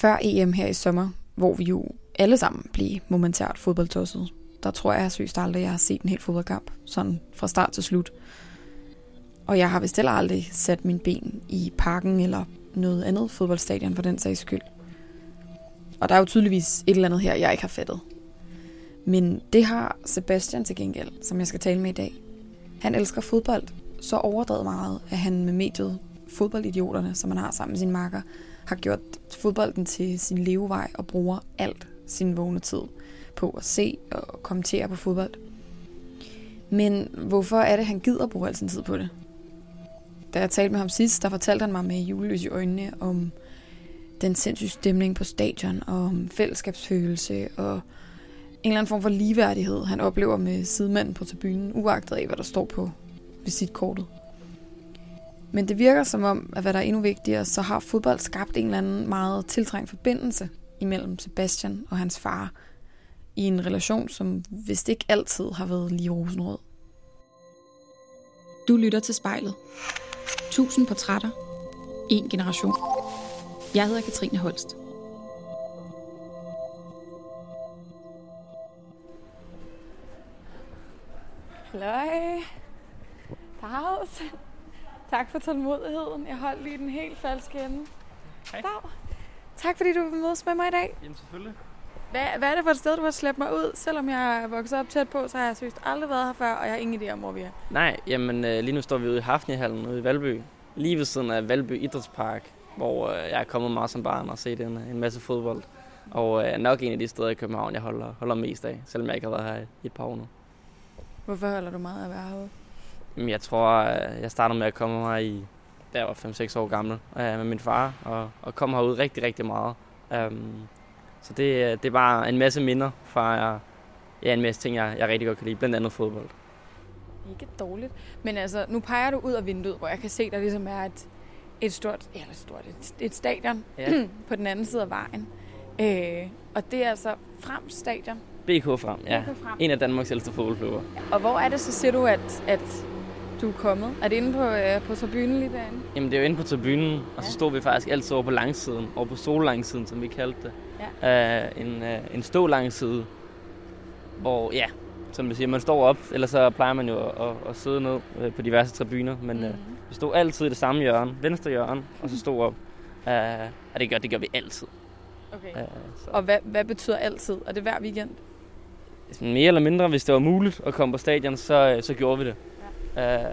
Før EM her i sommer, hvor vi jo alle sammen blev momentært fodboldtosset, der tror jeg seriøst aldrig, jeg har set en hel fodboldkamp, sådan fra start til slut. Og jeg har vist heller aldrig sat min ben i parken eller noget andet fodboldstadion for den sags skyld. Og der er jo tydeligvis et eller andet her, jeg ikke har fattet. Men det har Sebastian til gengæld, som jeg skal tale med i dag. Han elsker fodbold så overdrevet meget, at han med mediet Fodboldidioterne, som han har sammen med sin makker, har gjort fodbolden til sin levevej og bruger alt sin vågne tid på at se og kommentere på fodbold. Men hvorfor er det, han gider bruge al sin tid på det? Da jeg talte med ham sidst, der fortalte han mig med julelys i øjnene om den sindssyge stemning på stadion, og om fællesskabsfølelse og en eller anden form for ligeværdighed, han oplever med sidemanden på tribunen, uagtet af, hvad der står på visitkortet. Men det virker som om, at hvad der er endnu vigtigere, så har fodbold skabt en eller anden meget tiltrængt forbindelse imellem Sebastian og hans far i en relation, som vist ikke altid har været lige rosenrød. Du lytter til Spejlet. 1000 portrætter. En generation. Jeg hedder Katrine Holst. Halløj. Dags. Tak for tålmodigheden. Jeg holdt lige den helt falske ende. Hej. Dag. Tak fordi du vil mødes med mig i dag. Jamen selvfølgelig. Hvad er det for et sted, du har slæbt mig ud? Selvom jeg er vokset op tæt på, så har jeg seriøst aldrig været her før, og jeg har ingen idé om, hvor vi er. Nej, jamen lige nu står vi ude i Hafnihallen ude i Valby. Lige ved siden af Valby Idrætspark, hvor jeg er kommet meget som barn og set en masse fodbold. Og nok en af de steder i København, jeg holder mest af, selvom jeg ikke har været her i et par år nu. Hvorfor holder du meget af at være herude? Jeg tror, jeg startede med at komme her da jeg var 5-6 år gammel med min far, og kom herude rigtig, rigtig meget. Så det er bare en masse minder fra en masse ting, jeg rigtig godt kan lide, blandt andet fodbold. Ikke dårligt. Men altså, nu peger du ud af vinduet, hvor jeg kan se, der ligesom er et stadion på den anden side af vejen. Og det er altså Frem Stadion. BK Frem, ja. BK Frem. En af Danmarks ældste fodboldklubber. Og hvor er det så, siger du, at du er kommet? Er det inde på tribunen lige derinde? Jamen, det er jo inde på tribunen, og så stod vi faktisk altid over på langsiden, over på sollangsiden, som vi kaldte det. Ja. En stålangside, hvor, som vi siger, man står op, eller så plejer man jo at sidde ned på diverse tribuner, men vi stod altid i det samme hjørne, venstre hjørne, og så stod op. Og det gør vi altid. Okay. Og hvad betyder altid? Er det hver weekend? Mere eller mindre, hvis det var muligt at komme på stadion, så gjorde vi det. Ja.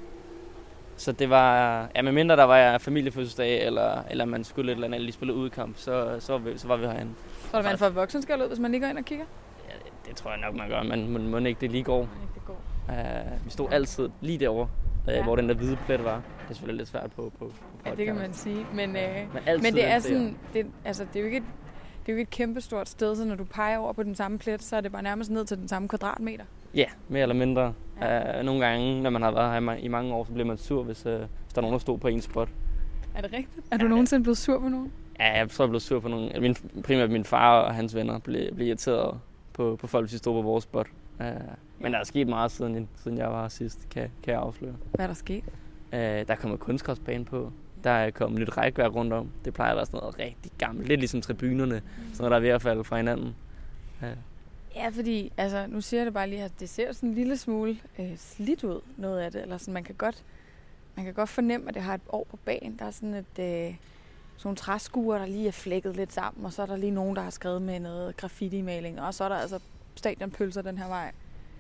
Så det var, med mindre der var familiefødselsdag, eller man skulle et eller andet, eller de spillede udkamp, så var vi herinde. Tror du, man får voksenskab ud, hvis man lige går ind og kigger? Ja, det tror jeg nok, man gør, men må ikke det lige går. Vi stod altid lige derovre, hvor den der hvide plet var. Det er selvfølgelig lidt svært på ja, det kan man sige. Men det er sådan, det er jo ikke et kæmpestort sted, så når du peger over på den samme plet, så er det bare nærmest ned til den samme kvadratmeter. Ja, mere eller mindre. Ja. Nogle gange, når man har været her i mange år, så bliver man sur, hvis der er nogen, der stod på en spot. Er det rigtigt? Er du nogensinde blevet sur på nogen? Ja, jeg tror, jeg blev sur på nogen. Primært min far og hans venner blev irriteret på folk, hvis de stod på vores spot. Men der er sket meget, siden jeg var her sidst, kan jeg afsløre. Hvad er der sket? Der er kommet kunstgræsbane på. Der er kommet nyt rækværk rundt om. Det plejer at være sådan noget rigtig gammelt. Lidt ligesom tribunerne. Sådan noget, der er ved at falde fra hinanden. Ja, fordi altså, nu siger jeg det bare lige, at det ser sådan en lille smule slidt ud, noget af det. Eller sådan, man kan godt fornemme, at det har et år på bagen. Der er sådan sådan nogle træskuer, der lige er flækket lidt sammen. Og så er der lige nogen, der har skrevet med noget graffiti-maling. Og så er der altså stadionpølser den her vej.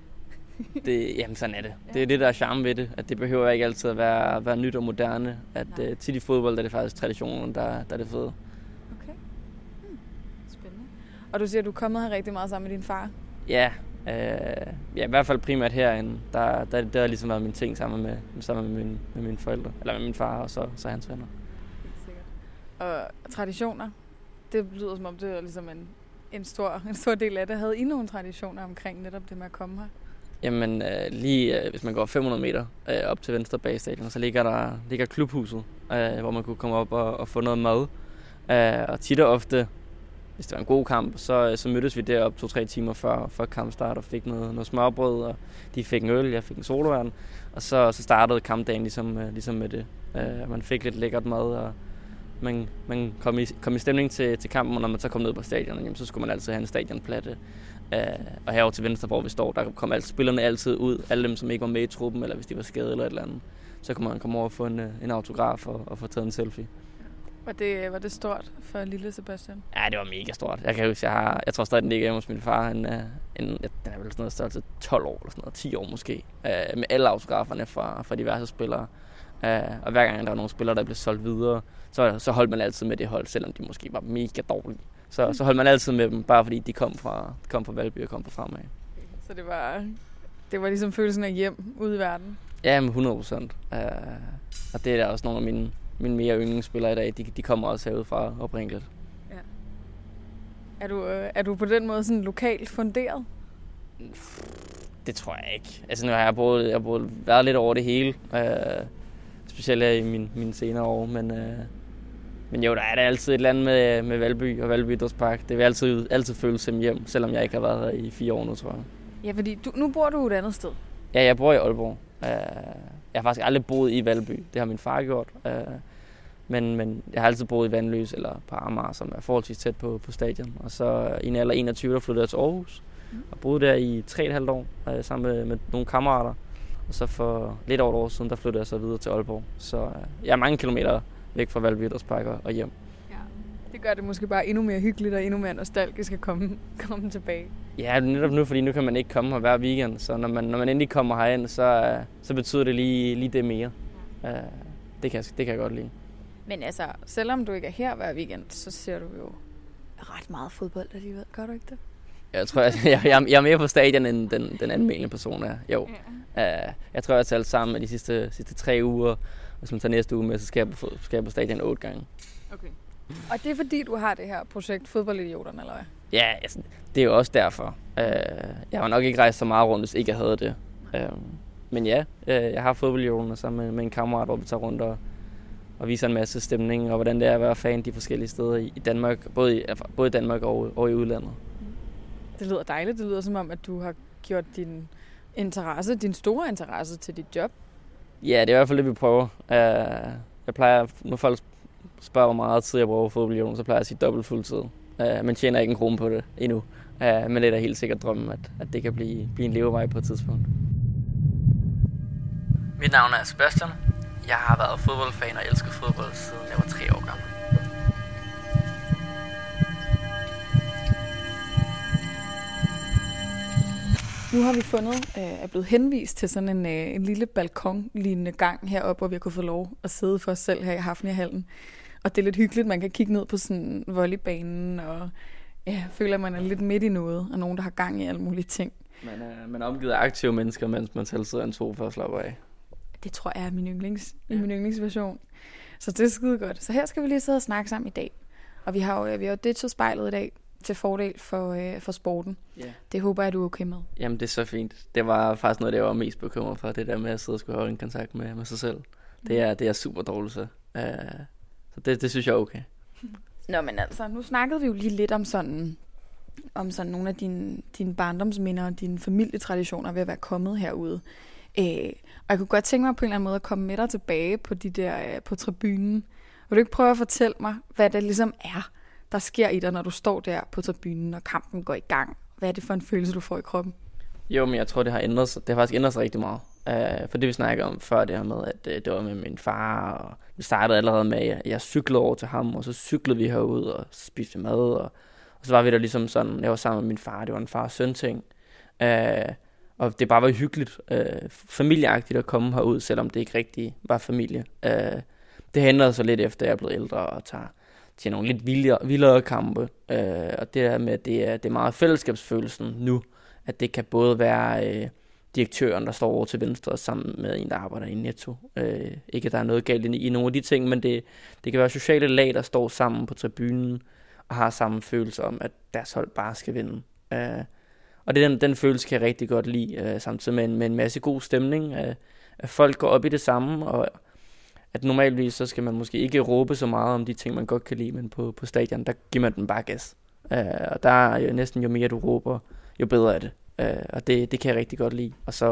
Jamen sådan er det. Det er det, der er charme ved det. At det behøver ikke altid at være nyt og moderne. At tit i fodbold er det faktisk traditionen, der er det fede. Okay. Spændende. Og du siger, at du er kommet her rigtig meget sammen med din far? Ja, i hvert fald primært herinde. Der har ligesom været mine ting sammen med mine forældre. Eller med min far og så hans venner. Helt sikkert. Og traditioner? Det lyder som om, det er ligesom en stor del af det. Havde I nogle traditioner omkring netop det med at komme her? Jamen, hvis man går 500 meter op til venstre bag stadion, så ligger klubhuset, hvor man kunne komme op og få noget mad. Og tit og ofte, hvis det var en god kamp, så mødtes vi derop 2-3 timer før kampstart og fik noget smørbrød, og de fik en øl, jeg fik en sodavand. Og så startede kampdagen ligesom med det. Man fik lidt lækkert mad man kom i stemning til kampen, og når man så kom ned på stadion, jamen, så skulle man altid have en stadionplatte. Og herovre til venstre, hvor vi står, der kom spillerne altid ud, alle dem, som ikke var med i truppen, eller hvis de var skadet eller et eller andet. Så kunne man komme over og få en autograf og få taget en selfie. Var det stort for lille Sebastian? Ja, det var mega stort. Jeg kan huske, jeg tror stadig, den ligger hjemme hos min far. Den er vel sådan noget størrelse 12 år, eller sådan noget, 10 år måske. Med alle autograferne fra diverse spillere. Og hver gang der var nogle spillere, der blev solgt videre, så holdt man altid med det hold, selvom de måske var mega dårlige. Så holdt man altid med dem, bare fordi de kom fra Valby og kom fra fremad. Så det var ligesom følelsen af hjem ude i verden? Ja, med 100%. Og det er der også nogle af mine mere yndlingsspillere i dag, de kommer også herudefra oprindeligt. Ja. Er du på den måde sådan lokalt funderet? Det tror jeg ikke. Altså nu har jeg været lidt over det hele. Specielt her i mine senere år. Men jo, der er der altid et eller andet med Valby og Valby Idrætspark. Det vil altid føles som hjem, selvom jeg ikke har været her i 4 år nu, tror jeg. Ja, fordi nu bor du et andet sted. Ja, jeg bor i Aalborg. Jeg har faktisk aldrig boet i Valby. Det har min far gjort. Men jeg har altid boet i Vandløs eller på Amager, som er forholdsvis tæt på stadion. Og så i en alder 21, der flyttede jeg til Aarhus. Og boede der i 3,5 år sammen med nogle kammerater. Og så for lidt over et år siden, der flyttede jeg så videre til Aalborg. Så jeg er mange kilometer væk fra Valby Idrætspark og hjem. Ja, det gør det måske bare endnu mere hyggeligt og endnu mere nostalgisk at komme tilbage. Ja, netop nu, fordi nu kan man ikke komme her hver weekend. Så når man endelig kommer herind, så betyder det lige det mere. Det kan jeg godt lide. Men altså, selvom du ikke er her hver weekend, så ser du jo ret meget fodbold alligevel. Gør du ikke det? Jeg tror, jeg er mere på stadion, end den anmeldende person er. Jo. Ja. Jeg tror, jeg har talt sammen med de sidste 3 uger. Hvis man tager næste uge med, så skal jeg på stadion 8 gange. Okay. Og det er fordi, du har det her projekt Fodboldidioterne, eller hvad? Ja, altså, det er jo også derfor. Jeg har nok ikke rejst så meget rundt, hvis ikke jeg havde det. Men ja, jeg har Fodboldidioterne sammen med en kammerat, hvor vi tager rundt og viser en masse stemning, og hvordan det er at være fan de forskellige steder i Danmark, både i Danmark og i udlandet. Det lyder dejligt. Det lyder som om, at du har gjort din store interesse til dit job. Ja, det er i hvert fald det, vi prøver. Jeg plejer, når folk spørger, hvor meget tid jeg bruger på Fodboldidioterne, så plejer jeg at sige dobbelt fuldtid. Man tjener ikke en krone på det endnu. Men det er da helt sikkert drømmen, at det kan blive en levevej på et tidspunkt. Mit navn er Sebastian. Jeg har været fodboldfan og elsket fodbold, siden jeg var 3 år gammel. Nu har vi er blevet henvist til sådan en lille balkon-lignende gang heroppe, hvor vi har kunnet få lov at sidde for os selv her i Hafnia-hallen. Og det er lidt hyggeligt, man kan kigge ned på sådan volleybanen, og ja, føler, at man er lidt midt i noget, og nogen, der har gang i alle mulige ting. Man er omgivet af aktive mennesker, mens man selv sidder i en sofa og slapper af. Det tror jeg er min yndlingsversion. Så det er skide godt. Så her skal vi lige sidde og snakke sammen i dag. Og vi har jo ditchet spejlet i dag til fordel for sporten. Yeah. Det håber jeg, du er okay med. Jamen, det er så fint. Det var faktisk noget, jeg var mest bekymret for, det der med at sidde og skulle holde en kontakt med sig selv. Det er super dårligt, så det synes jeg er okay. Nå, men altså, nu snakkede vi jo lige lidt om sådan nogle af dine barndomsminder og dine familietraditioner ved at være kommet herude. Og jeg kunne godt tænke mig på en eller anden måde at komme med dig tilbage på på tribunen. Vil du ikke prøve at fortælle mig, hvad det ligesom er, der sker i dig, når du står der på tribunen, og kampen går i gang? Hvad er det for en følelse, du får i kroppen? Jo, men jeg tror, det har ændret sig. Det har faktisk ændret sig rigtig meget. For det vi snakkede om før, det her med, at det var med min far, og vi startede allerede med, at jeg cyklede over til ham, og så cyklede vi herud og spiste mad, og så var vi der ligesom sådan, jeg var sammen med min far, det var en far og søn ting. Og det bare var hyggeligt, familieagtigt at komme herud, selvom det ikke rigtig var familie. Det ændrede sig lidt efter, jeg er blevet ældre og tager til nogle lidt vildere kampe. Og det er med, at det er meget fællesskabsfølelsen nu, at det kan både være direktøren, der står over til venstre, sammen med en, der arbejder i Netto. Ikke at der er noget galt i nogle af de ting, men det kan være sociale lag, der står sammen på tribunen, og har samme følelse om, at deres hold bare skal vinde. Og den følelse kan jeg rigtig godt lide, samtidig med en masse god stemning, at folk går op i det samme, og at normalvis så skal man måske ikke råbe så meget om de ting, man godt kan lide, men på stadion, der giver man den bare gas. Og der er jo næsten jo mere du råber, jo bedre er det. Og det kan jeg rigtig godt lide. Og så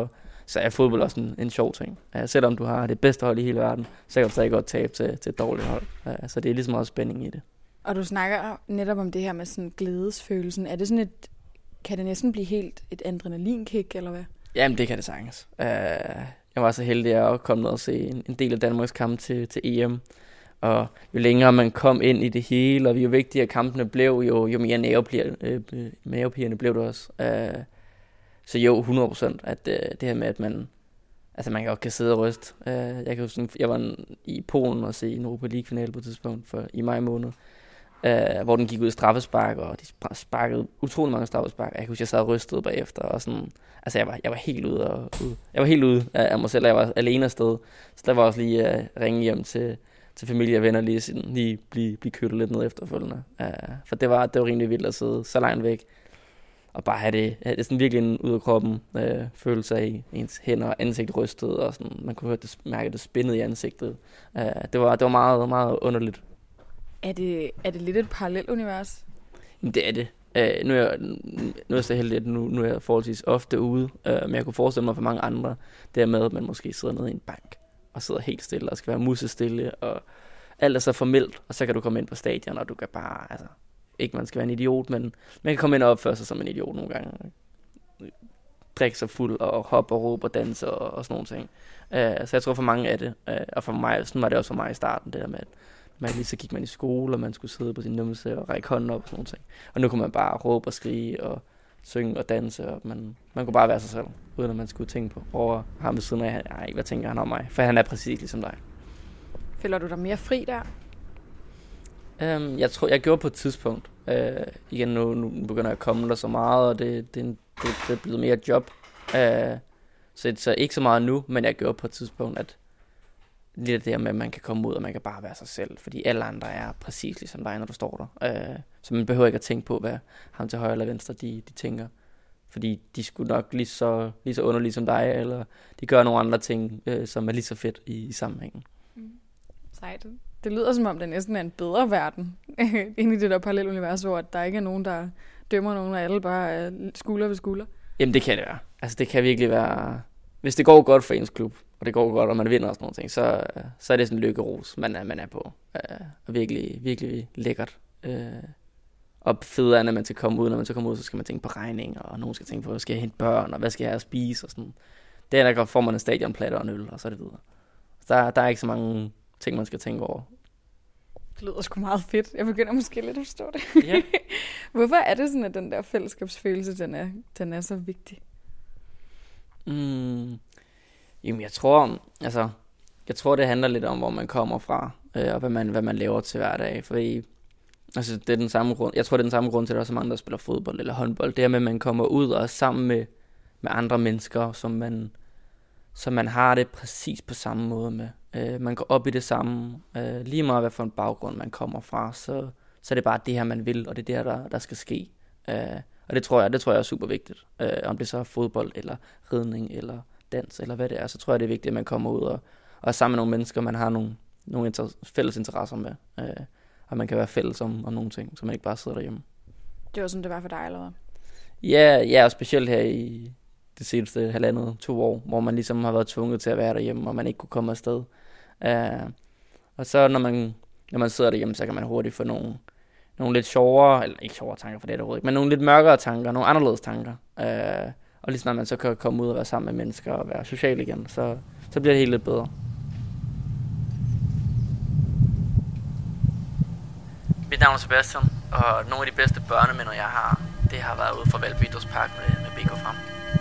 så er fodbold også en sjov ting. Selvom du har det bedste hold i hele verden, så kan du stadig godt tabe til et dårligt hold. Så det er ligesom også spænding i det. Og du snakker netop om det her med sådan glædesfølelsen. Er det sådan kan det næsten blive helt et adrenalinkick, eller hvad? Jamen, det kan det sagtens. Jeg var så heldig at komme ned og se en del af Danmarks kamp til EM. Og jo længere man kom ind i det hele, og jo vigtigere kampene blev, jo mere nervepirrende blev det også. Så jo, 100%, at det her med, at man kan godt kan sidde og ryste. Jeg kan huske, jeg var i Polen og se en Europa League-finale på et tidspunkt i maj måned, hvor den gik ud i straffespark, og de sparkede utrolig mange straffespark. Jeg kan huske, jeg sad og rystede bagefter, og sådan, jeg var helt ude. Jeg var helt ude af mig selv, og jeg var alene afsted. Så der var også lige ringe hjem til familie og venner, lige blive kølet lidt ned efterfølgende. For det var rimelig vildt at sidde så langt væk, og bare have det sådan virkelig en ud af kroppen følelse af ens hænder og ansigt rystet, og sådan, man kunne mærke det spændede i ansigtet. Det var meget, meget underligt. Er det lidt et parallelt univers? Det er det. Nu er jeg så heldig, at nu er jeg forholdsvis ofte ude, men jeg kunne forestille mig for mange andre, dermed at man måske sidder nede i en bank og sidder helt stille og skal være musestille, og alt er så formelt, og så kan du komme ind på stadion, og du kan bare, ikke man skal være en idiot, men man kan komme ind og opføre sig som en idiot nogle gange. Drikke sig fuld og hoppe og råbe og danse og sådan nogle ting. Så jeg tror for mange af det, og for mig, sådan var det også for mig i starten, det der med, at lige så gik man i skole, og man skulle sidde på sin numse og række hånden op og sådan nogle ting. Og nu kunne man bare råbe og skrige og synge og danse, og man kunne bare være sig selv, uden at man skulle tænke på over ham ved siden af, hvad tænker han om mig? For han er præcis ligesom dig. Føler du dig mere fri der? Jeg tror, jeg gjorde på et tidspunkt. Igen, nu begynder jeg at komme der så meget, og det er blevet mere job. Så ikke så meget nu, men jeg gjorde på et tidspunkt, at lidt det her med, at man kan komme ud, og man kan bare være sig selv. Fordi alle andre er præcis ligesom dig, når du står der. Så man behøver ikke at tænke på, hvad ham til højre eller venstre, de tænker. Fordi de skulle nok lige så underlige som dig, eller de gør nogle andre ting, som er lige så fedt i sammenhængen. Sejt. Det lyder som om, det næsten er en bedre verden, inde i det der parallelunivers, hvor der ikke er nogen, der dømmer nogen, og alle bare er skulder ved skulder. Jamen, det kan det være. Det kan virkelig være. Hvis det går godt for ens klub, og det går godt, og man vinder og sådan nogle ting, så er det sådan en lykkeros, man er på. Og virkelig, virkelig lækkert. Og federe, når man skal komme ud. Når man så kommer ud, så skal man tænke på regninger, og nogen skal tænke på, skal jeg hente børn, og hvad skal jeg at spise, og sådan. Det er der får man en stadionplatte og en øl, og så er det videre. Så der er ikke så mange ting, man skal tænke over. Det lyder sgu meget fedt. Jeg begynder måske lidt at forstå det. Ja. Hvorfor er det sådan, at den der fællesskabsfølelse, den er så vigtig? Jamen, jeg tror, det handler lidt om, hvor man kommer fra, og hvad man laver til hverdag. For det er den samme grund. Jeg tror, det er den samme grund til, at der er så mange, der spiller fodbold eller håndbold. Det er med, at man kommer ud og er sammen med andre mennesker, som man har det præcis på samme måde med. Man går op i det samme, lige meget hvad for en baggrund man kommer fra, så er det bare det her, man vil, og det er det her, der skal ske. Og det tror jeg er super vigtigt. Om det så er fodbold, eller ridning, eller dans, eller hvad det er, så tror jeg, det er vigtigt, at man kommer ud og er sammen med nogle mennesker, man har nogle fælles interesser med, og man kan være fælles om nogle ting, så man ikke bare sidder derhjemme. Det var sådan, det var for dig, eller hvad? Ja, og specielt her i det seneste 1,5-2 år, hvor man ligesom har været tvunget til at være derhjemme, og man ikke kunne komme afsted. Og så når man sidder derhjemme, så kan man hurtigt få nogle lidt sjovere, eller ikke sjovere tanker for det overhovedet ikke, men nogle lidt mørkere tanker, nogle anderledes tanker. Og lige snart man så kan komme ud og være sammen med mennesker og være social igen, så bliver det helt lidt bedre. Mit navn er Sebastian, og nogle af de bedste børneminder, jeg har, det har været ude fra Valby Idrætspark med BK Frem.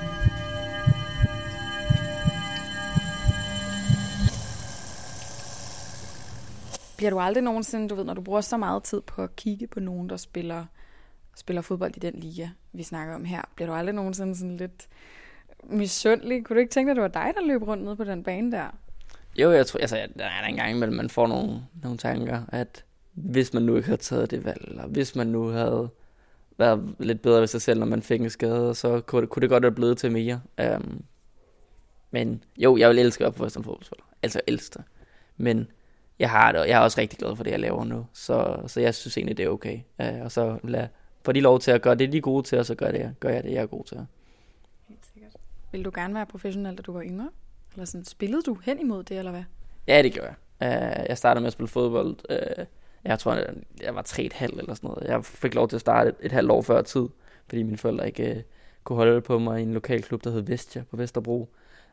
Bliver du aldrig nogensinde, når du bruger så meget tid på at kigge på nogen, der spiller fodbold i den liga, vi snakker om her, bliver du aldrig nogensinde sådan lidt misundelig? Kunne du ikke tænke dig, at det var dig, der løb rundt nede på den bane der? Jo, jeg tror, der er en gang imellem, man får nogle tanker, at hvis man nu ikke havde taget det valg, eller hvis man nu havde været lidt bedre ved sig selv, når man fik en skade, så kunne det godt være blevet til mere. Men jo, jeg vil elske at være på som fodboldspiller. Altså elske det. Men jeg er også rigtig glad for det, jeg laver nu. Så jeg synes egentlig, det er okay. Og så får de lov til at gøre det, de er gode til, og så gør jeg det, jeg er god til. Helt sikkert. Ville du gerne være professionel, da du var yngre? Eller sådan, spillede du hen imod det, eller hvad? Ja, det gjorde jeg. Jeg startede med at spille fodbold. Jeg tror, jeg var 3,5 eller sådan noget. Jeg fik lov til at starte et halvt år før tid, fordi mine forældre ikke kunne holde på mig i en lokal klub, der hed Vestia på Vesterbro.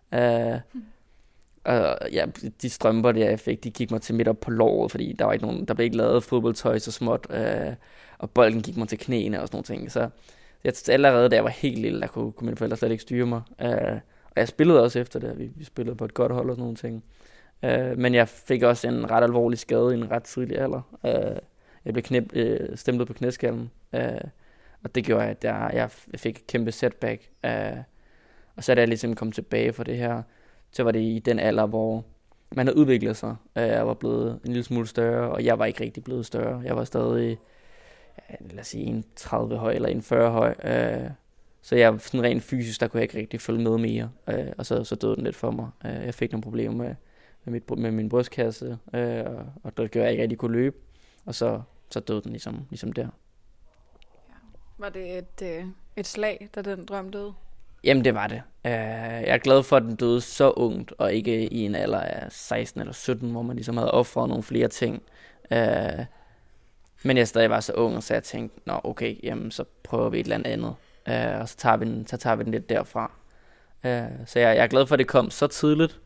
Og ja, de strømper, jeg fik, de gik mig til midt op på låret, fordi der var ikke nogen, der blev ikke lavet fodboldtøj så småt, og bolden gik mig til knæene og sådan nogle ting. Så allerede da jeg var helt lille, der kunne mine forældre slet ikke styre mig. Og jeg spillede også efter det, vi spillede på et godt hold og sådan nogle ting. Men jeg fik også en ret alvorlig skade i en ret tidlig alder. Jeg blev stemplet på knæskallen, og det gjorde, at jeg fik et kæmpe setback. Og så da jeg ligesom kom tilbage fra det her, så var det i den alder, hvor man havde udviklet sig. Jeg var blevet en lille smule større, og jeg var ikke rigtig blevet større. Jeg var stadig, lad os sige, 1,30 høj eller 1,40 høj. Så jeg sådan rent fysisk, der kunne jeg ikke rigtig følge med mere. Og så døde den lidt for mig. Jeg fik nogle problemer med min brystkasse, og der gjorde jeg ikke rigtig kunne løbe. Og så døde den ligesom der. Var det et slag, da den drøm døde? Jamen, det var det. Jeg er glad for, at den døde så ungt, og ikke i en alder af 16 eller 17, hvor man ligesom havde offret nogle flere ting. Men jeg stadig var så ung, så jeg tænkte, nå okay, jamen, så prøver vi et eller andet. Og så tager vi den lidt derfra. Så jeg er glad for, at det kom så tidligt,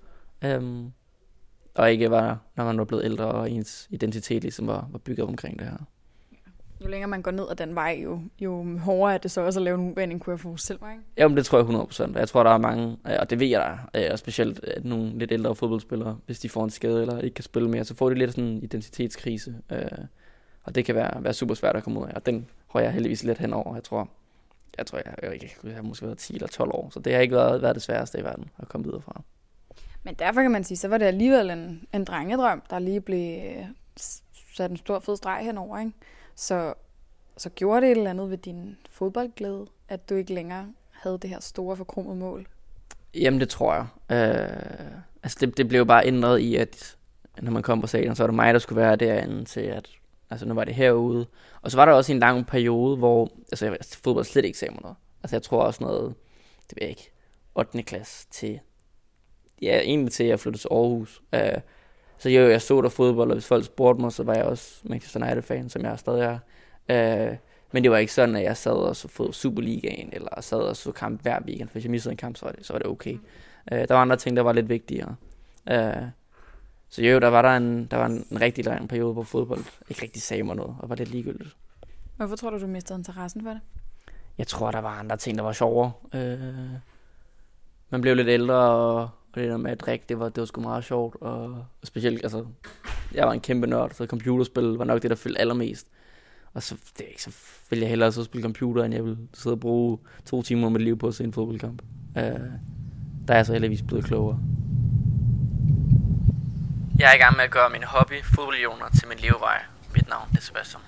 og ikke var, når man var blevet ældre, og ens identitet ligesom var bygget omkring det her. Jo længere man går ned ad den vej, jo hårdere er det så også at lave en uvending, kunne jeg forestille mig, ikke? Jamen, det tror jeg 100%. Jeg tror, der er mange, og det ved jeg der, og specielt nogle lidt ældre fodboldspillere, hvis de får en skade eller ikke kan spille mere, så får de lidt sådan en identitetskrise, og det kan være super svært at komme ud af, og den har jeg heldigvis lidt henover. Jeg tror, jeg har måske været 10 eller 12 år, så det har ikke været det sværeste i verden at komme videre fra. Men derfor kan man sige, så var det alligevel en drengedrøm, der lige blev sat en stor fed streg henover, ikke? Så gjorde det et eller andet ved din fodboldglæde, at du ikke længere havde det her store forkromede mål? Jamen, det tror jeg. Altså, det blev bare ændret i, at når man kom på stadion, så var det mig, der skulle være derinde til, at altså, nu var det herude. Og så var der også en lang periode, hvor fodbold slet ikke sagde mig noget. Altså, jeg tror også noget, det ved jeg ikke, 8. klasse til, ja, egentlig til jeg flyttede til Aarhus. Så jeg så der fodbold, og hvis folk spurgte mig, så var jeg også Manchester United-fan, som jeg stadig er. Men det var ikke sådan, at jeg sad og så Superligaen, eller sad og så kamp hver weekend. Hvis jeg missede en kamp, så var det okay. Der var andre ting, der var lidt vigtigere. Så jo, der var en rigtig lang periode, hvor fodbold ikke rigtig sagde mig noget, og var lidt ligegyldigt. Hvorfor tror du mistede interessen for det? Jeg tror, der var andre ting, der var sjovere. Man blev lidt ældre, og det der med at drikke, det var sgu meget sjovt. Og specielt, altså, jeg var en kæmpe nørd, så computerspil var nok det, der fyldte allermest. Og så ville jeg hellere så spille computer, end jeg ville sidde og bruge 2 timer af mit liv på at se en fodboldkamp. Der er jeg så heldigvis blevet klogere. Jeg er i gang med at gøre min hobby, fodboldioner, til min levevej. Mit navn er Sebastian.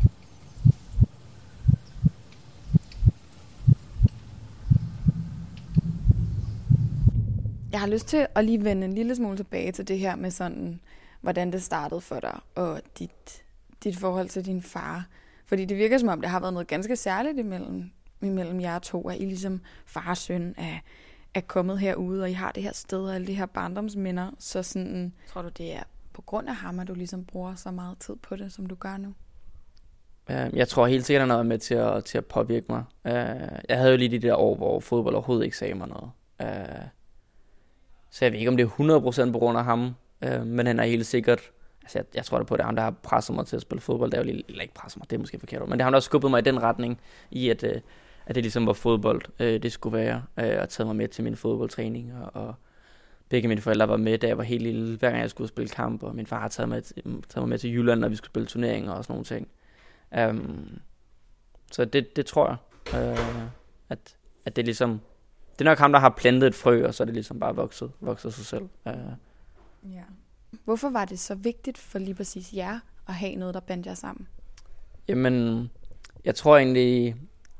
Jeg har lyst til at lige vende en lille smule tilbage til det her med sådan, hvordan det startede for dig, og dit forhold til din far. Fordi det virker som om, det har været noget ganske særligt imellem jer to, at I ligesom far og søn er kommet herude, og I har det her sted og alle de her barndomsminder. Så sådan, tror du, det er på grund af ham, at du ligesom bruger så meget tid på det, som du gør nu? Jeg tror helt sikkert, at noget er med til at påvirke mig. Jeg havde jo lige de der år, hvor fodbold overhovedet ikke sagde mig noget. Så jeg ved ikke, om det er 100% på grund af ham, men han er helt sikkert, altså jeg tror da på, det er ham, der har presset mig til at spille fodbold. Det er jo eller ikke presset mig, det er måske forkert, men det er ham, der har skubbet mig i den retning, i at det ligesom var fodbold, det skulle være, og taget mig med til min fodboldtræning, og begge mine forældre var med, da jeg var helt lille, hver gang jeg skulle spille kamp, og min far har taget mig med til Jylland, når vi skulle spille turneringer og sådan nogle ting. Så det tror jeg, at det ligesom, det er nok ham, der har plantet et frø, og så er det ligesom bare vokset sig selv. Ja. Hvorfor var det så vigtigt for lige præcis jer at have noget, der bandt jer sammen? Jamen, jeg tror egentlig,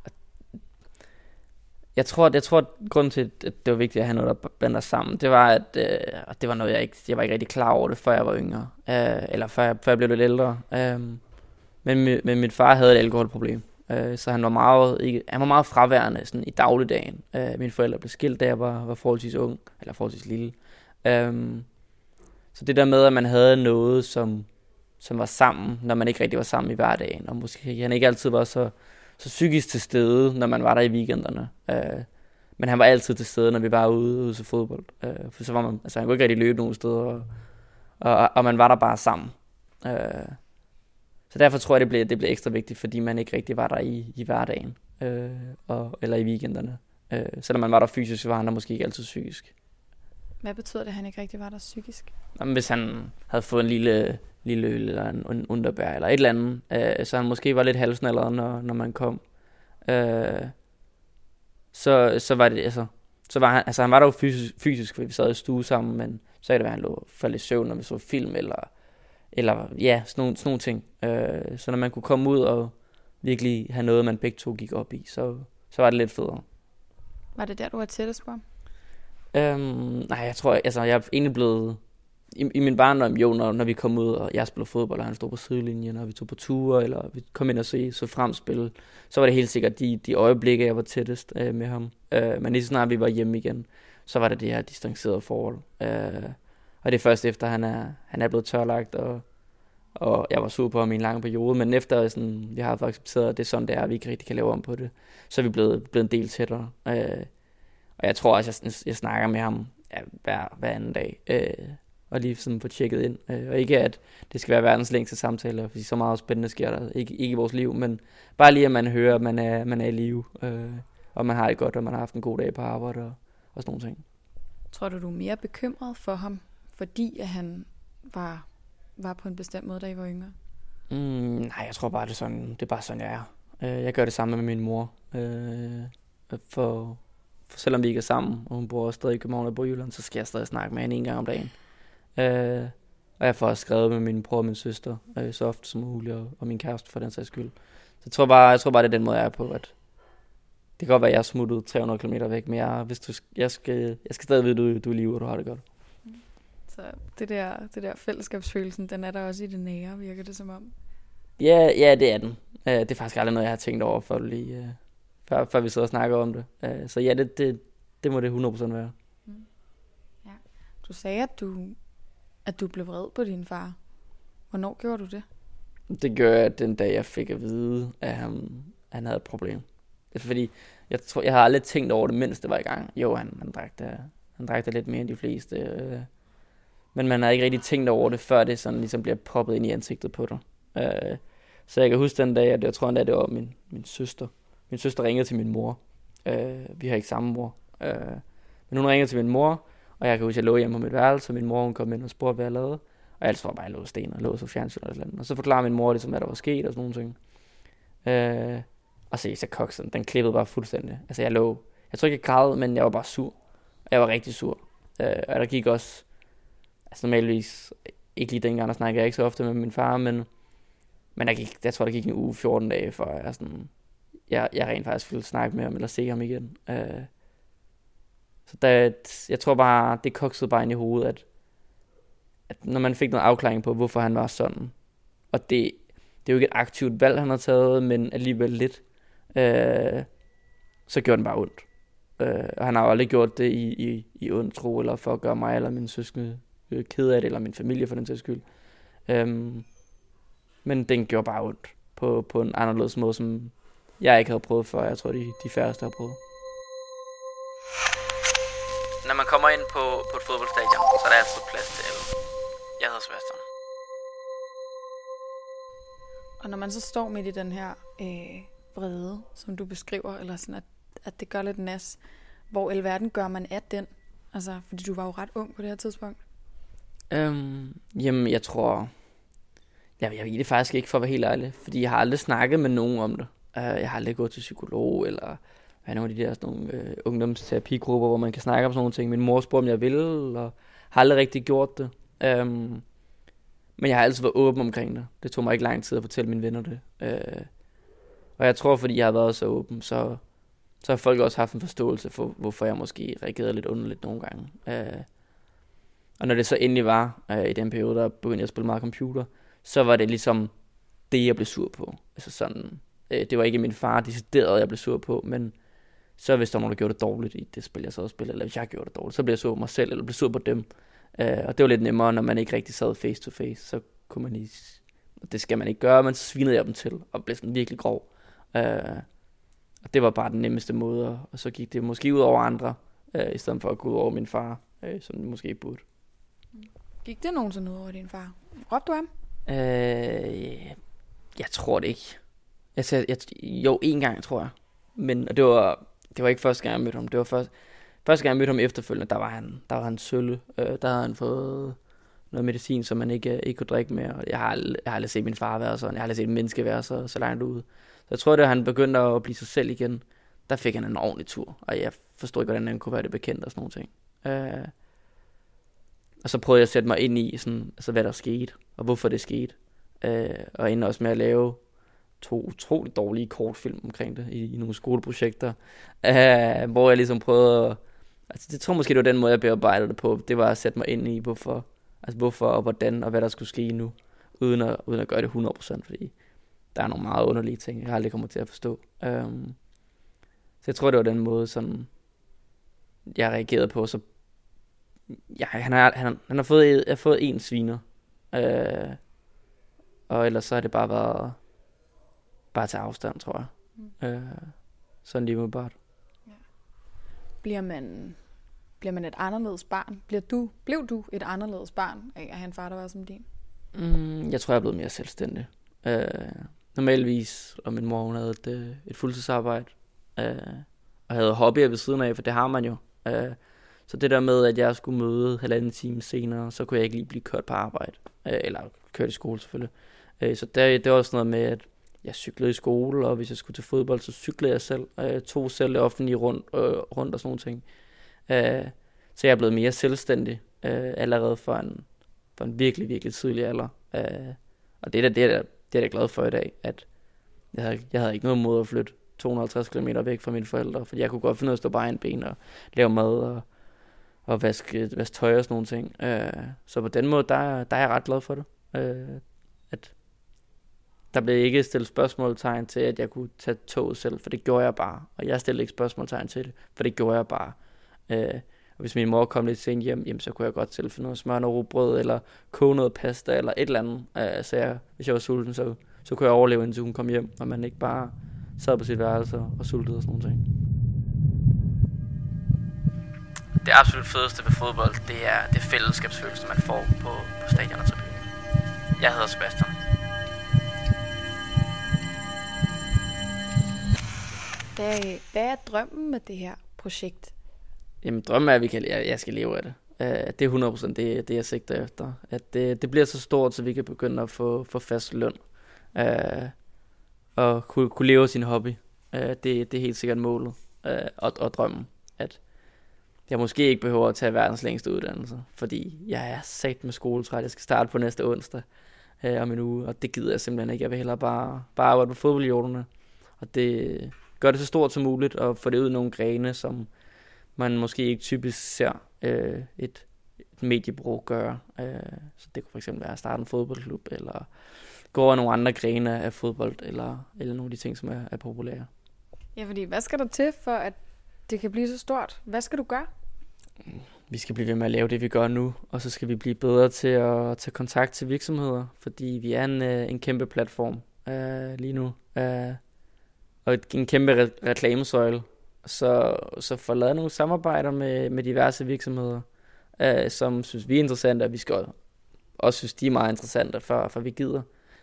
jeg tror, at grunden til, at det var vigtigt at have noget, der bandt os sammen, det var, at det var noget, jeg var ikke rigtig klar over det, før jeg var yngre, eller før jeg blev lidt ældre. Men min far havde et alkoholproblem, Så han var meget fraværende sådan i dagligdagen. Mine forældre blev skilt, da jeg var forholdsvis ung, eller forholdsvis lille. Så det der med, at man havde noget, som var sammen, når man ikke rigtig var sammen i hverdagen, og måske han ikke altid var så psykisk til stede, når man var der i weekenderne. Men han var altid til stede, når vi var ude til fodbold. For så var man, han kunne ikke rigtig løbe nogen steder, og man var der bare sammen. Så derfor tror jeg, det blev ekstra vigtigt, fordi man ikke rigtig var der i hverdagen, eller i weekenderne. Selvom man var der fysisk, så var han der måske ikke altid psykisk. Hvad betyder det, at han ikke rigtig var der psykisk? Jamen, hvis han havde fået en lille øl eller en underbær eller et eller andet, så han måske var lidt halvsnallet, når man kom. Så var det, så var han var der jo fysisk, fordi vi sad i stue sammen, men så kan det være, at han faldt i søvn, når vi så film, eller ja, sådan nogle ting. Så når man kunne komme ud og virkelig have noget, man begge to gik op i, så var det lidt federe. Var det der, du var tættest på? Nej, jeg tror, jeg er egentlig blevet i min barndom, jo, når vi kom ud, og jeg spillede fodbold, og han stod på sidelinjen, og vi tog på ture, eller vi kom ind og så frem spille, så var det helt sikkert de øjeblikke, jeg var tættest med ham. Men lige så snart vi var hjemme igen, så var det her distancerede forhold. Og det er først efter, han er blevet tørlagt, og jeg var sur på ham i en lang periode, men efter sådan, jeg har fået accepteret, at det er sådan, det er, at vi ikke rigtig kan lave om på det, så er vi blevet en del tættere. Og jeg tror også, jeg snakker med ham hver anden dag, og lige sådan få tjekket ind. Og ikke at det skal være verdens længste samtaler, fordi så meget spændende sker der ikke i vores liv, men bare lige at man hører, at man er i live, og man har det godt, og man har haft en god dag på arbejde og sådan nogle ting. Tror du er mere bekymret for ham, fordi at han var på en bestemt måde, da I var yngre? Nej, jeg tror bare, det er bare sådan, jeg er. Jeg gør det samme med min mor. For selvom vi ikke er sammen, og hun bor også stadig i København og bor i Jylland, så skal jeg stadig snakke med hende en gang om dagen. Og jeg får også skrevet med min bror og min søster, så ofte som muligt, og min kæreste for den sags skyld. Så jeg tror bare, det er den måde, jeg er på, at det kan godt være, at jeg er smuttet 300 km væk, men jeg skal stadig vide, du er i live, og du har det godt. Så det der fællesskabsfølelsen, den er der også i det nære, virker det som om? Ja, det er den. Det er faktisk aldrig noget, jeg har tænkt over, før vi sidder og snakker om det. Så ja, det må det 100% være. Ja. Du sagde, at du blev vred på din far. Hvornår gjorde du det? Det gør jeg den dag, jeg fik at vide, at han havde et problem. Det er fordi, jeg har aldrig tænkt over det, mens det var i gang. Jo, han drak det lidt mere end de fleste. Men man har ikke rigtig tænkt over det, før det sådan ligesom bliver poppet ind i ansigtet på dig. Så jeg kan huske den dag, at jeg tror endda, det var min søster. Min søster ringede til min mor. Vi har ikke samme mor. Men hun ringede til min mor, og jeg kan huske, at jeg lå hjemme på mit værelse, og min mor hun kom ind og spurgte, hvad jeg lavede. Og jeg var bare, jeg lå sten og lå så fjernsyn og sådan. Og så forklarede min mor ligesom, hvad der var sket og sådan nogle ting. Og så koksen, den klippede bare fuldstændig. Altså jeg tror ikke, jeg græd, men jeg var bare sur. Og jeg var rigtig sur. Og der gik også, altså normalvis, ikke lige dengang, der snakkede jeg ikke så ofte med min far, men jeg tror, der gik en uge, 14 dage, før jeg rent faktisk ville snakke med ham, eller se ham igen. Jeg tror bare, det koksede bare ind i hovedet, at når man fik noget afklaring på, hvorfor han var sådan, og det er jo ikke et aktivt valg, han har taget, men alligevel lidt, så gjorde den bare ondt. Og han har jo aldrig gjort det i ond tro, eller for at gøre mig eller min søskende ked af det, eller min familie for den sags skyld. Men den gjorde bare ondt på en anderledes måde, som jeg ikke havde prøvet før. Jeg tror, de færreste har prøvet. Når man kommer ind på et fodboldstadion, så er der altid plads til alle. Jeg hedder Sebastian. Og når man så står midt i den her vrede, som du beskriver, eller sådan, at det gør lidt nas, hvor i alverden gør man af den? Altså, fordi du var jo ret ung på det her tidspunkt. Jamen, jeg tror... Jeg ved det faktisk ikke, for at være helt ærlig. Fordi jeg har aldrig snakket med nogen om det. Jeg har aldrig gået til psykolog, eller hvad nogle af de der sådan nogle, ungdomsterapigrupper, hvor man kan snakke om sådan nogle ting. Min mor spurgte, om jeg ville, og har aldrig rigtig gjort det. Men jeg har altid været åben omkring det. Det tog mig ikke lang tid at fortælle mine venner det. Og jeg tror, fordi jeg har været så åben, så har folk også haft en forståelse for, hvorfor jeg måske reagerede lidt underligt nogle gange. Og når det så endelig var, i den periode, der begyndte jeg at spille meget computer, så var det ligesom det, jeg blev sur på. Altså sådan, Det var ikke min far decideret, jeg blev sur på, men så hvis der var nogen, der gjorde det dårligt i det spil, jeg så spillede, eller hvis jeg gjorde det dårligt, så blev jeg sur på mig selv, eller blev sur på dem. Og det var lidt nemmere, når man ikke rigtig sad face to face, så kunne man lige, det skal man ikke gøre, men så svinede jeg dem til, og blev sådan virkelig grov. Og det var bare den nemmeste måde, og så gik det måske ud over andre, i stedet for at gå ud over min far, som det måske burde. Gik det nogensinde ud over din far? Råbte du ham? Jeg tror det ikke. Jo, en gang, tror jeg. Men det var ikke første gang, jeg mødte ham. Det var første gang, jeg mødte ham efterfølgende, der var han sølle. Der havde han fået noget medicin, som man ikke kunne drikke mere. Og jeg har aldrig set min far være sådan. Jeg har aldrig set et menneske være så langt ude. Så jeg tror, at han begyndte at blive sig selv igen. Der fik han en ordentlig tur. Og jeg forstod ikke, hvordan han kunne være det bekendt og sådan nogle ting. Og så prøvede jeg at sætte mig ind i, sådan, altså, hvad der skete, og hvorfor det skete. Og endte også med at lave 2 utroligt dårlige kortfilm omkring det, i nogle skoleprojekter, hvor jeg ligesom prøvede altså det tror måske, det var den måde, jeg bearbejdede det på. Det var at sætte mig ind i, hvorfor og hvordan, og hvad der skulle ske nu, uden at gøre det 100%, fordi der er nogle meget underlige ting, jeg aldrig kommer til at forstå. Så jeg tror, det var den måde, sådan, jeg reagerede på, så ja, han har fået en sviner, og ellers så har det bare været til afstand, tror jeg. Sådan lige umiddelbart. Ja. Bliver man et anderledes barn? Blev du et anderledes barn af at have en far, der var som din? Jeg tror, jeg er blevet mere selvstændig. Normalvis, og min mor, hun havde et fuldtidsarbejde, og havde hobbyer ved siden af, for det har man jo. Så det der med, at jeg skulle møde 1,5 time senere, så kunne jeg ikke lige blive kørt på arbejde. Eller kørt i skole selvfølgelig. Så det var også noget med, at jeg cyklede i skole, og hvis jeg skulle til fodbold, så cyklede jeg selv. Tog selv det offentlige rundt og sådan nogle ting. Så jeg er blevet mere selvstændig allerede for en virkelig, virkelig tidlig alder. Og det er jeg glad for i dag, at jeg havde ikke noget mod at flytte 250 km væk fra mine forældre, fordi jeg kunne godt finde ud af at stå på egen ben og lave mad og vaske tøj og sådan nogle ting. Så på den måde, der er jeg ret glad for det. At der blev ikke stillet spørgsmålstegn til, at jeg kunne tage toget selv, for det gjorde jeg bare. Og jeg stillede ikke spørgsmålstegn til det, for det gjorde jeg bare. Og hvis min mor kom lidt sent hjem, så kunne jeg godt selv finde noget smør, noget rugbrød, eller koge noget pasta, eller et eller andet. Så hvis jeg var sulten, så kunne jeg overleve, indtil hun kom hjem, og man ikke bare sad på sit værelse og sultede og sådan nogle ting. Det absolut fedeste ved fodbold, det er det fællesskabsfølelse, man får på stadion og tribunen. Jeg hedder Sebastian. Hvad er drømmen med det her projekt? Jamen, drømmen er, at jeg skal leve af det. Det er 100% det, jeg sigter efter. At det bliver så stort, så vi kan begynde at få fast løn. Og kunne leve sin hobby. Det er helt sikkert målet og drømmen. At jeg måske ikke behøver at tage verdens længste uddannelse, fordi jeg er sat med skoletræt. Jeg skal starte på næste onsdag om en uge, og det gider jeg simpelthen ikke. Jeg vil hellere bare arbejde på fodboldjordene. Og det gør det så stort som muligt, og få det ud i nogle grene, som man måske ikke typisk ser et mediebureau gøre. Så det kunne for eksempel være at starte en fodboldklub, eller gå over nogle andre grene af fodbold, eller nogle af de ting, som er populære. Ja, fordi hvad skal der til, for at det kan blive så stort? Hvad skal du gøre? Vi skal blive ved med at lave det, vi gør nu, og så skal vi blive bedre til at tage kontakt til virksomheder, fordi vi er en kæmpe platform lige nu, og en kæmpe reklamesøjle. Så få lavet nogle samarbejder med diverse virksomheder, som synes vi er interessante, og vi skal også synes, de er meget interessante, for vi gider.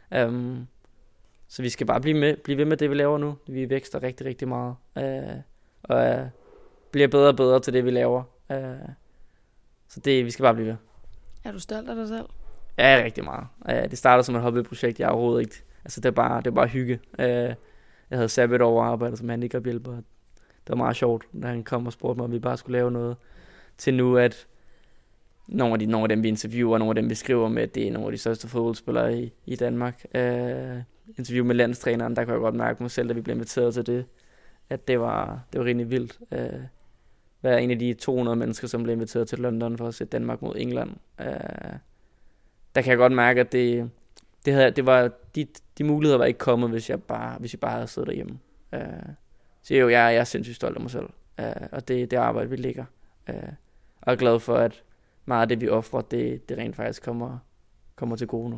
Så vi skal bare blive ved med det, vi laver nu. Vi vækster rigtig, rigtig meget, og bliver bedre og bedre til det, vi laver. Så vi skal bare blive ved. Er du stolt af dig selv? Ja, rigtig meget. Det startede som et hobbyprojekt, jeg overhovedet ikke. Altså, det er bare hygge. Jeg havde sabbat over arbejdet som handicaphjælper. Det var meget sjovt, da han kom og spurgte mig, om vi bare skulle lave noget. Til nu, at nogle af dem, vi interviewer, nogle af dem, vi skriver med, det er nogle af de største fodboldspillere i Danmark. Interview med landstræneren, der kunne jeg godt mærke mig selv, da vi blev inviteret til det, at det var rigtig vildt. Være en af de 200 mennesker, som blev inviteret til London for at se Danmark mod England. Der kan jeg godt mærke, at det de muligheder var ikke kommet, hvis jeg bare havde siddet derhjemme. Så jo, jeg er sindssygt stolt af mig selv, og det arbejde, vi ligger. Og er glad for, at meget af det, vi offrer, det rent faktisk kommer til gode nu.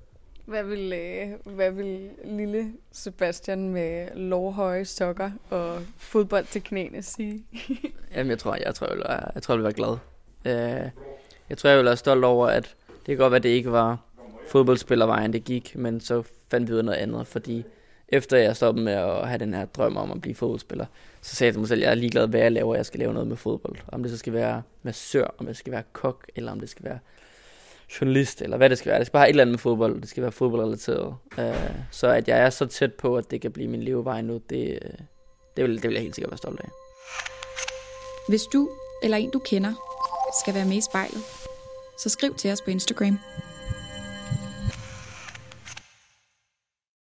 Hvad vil lille Sebastian med lårhøje sokker og fodbold til knæene sige? Jamen, jeg tror, jeg vil være glad. Jeg tror, jeg vil være stolt over, at det kan godt være, at det ikke var fodboldspillervejen, det gik, men så fandt vi ud af noget andet, fordi efter jeg stoppede med at have den her drøm om at blive fodboldspiller, så sagde jeg til mig selv, at jeg er ligeglad, hvad jeg laver, jeg skal lave noget med fodbold. Om det så skal være massør, om det skal være kok, eller om det skal være journalist, eller hvad det skal være. Det skal bare have et eller andet med fodbold, det skal være fodboldrelateret. Så at jeg er så tæt på, at det kan blive min levevej nu, det vil jeg helt sikkert være stolt af. Hvis du eller en, du kender, skal være med i spejlet, så skriv til os på Instagram.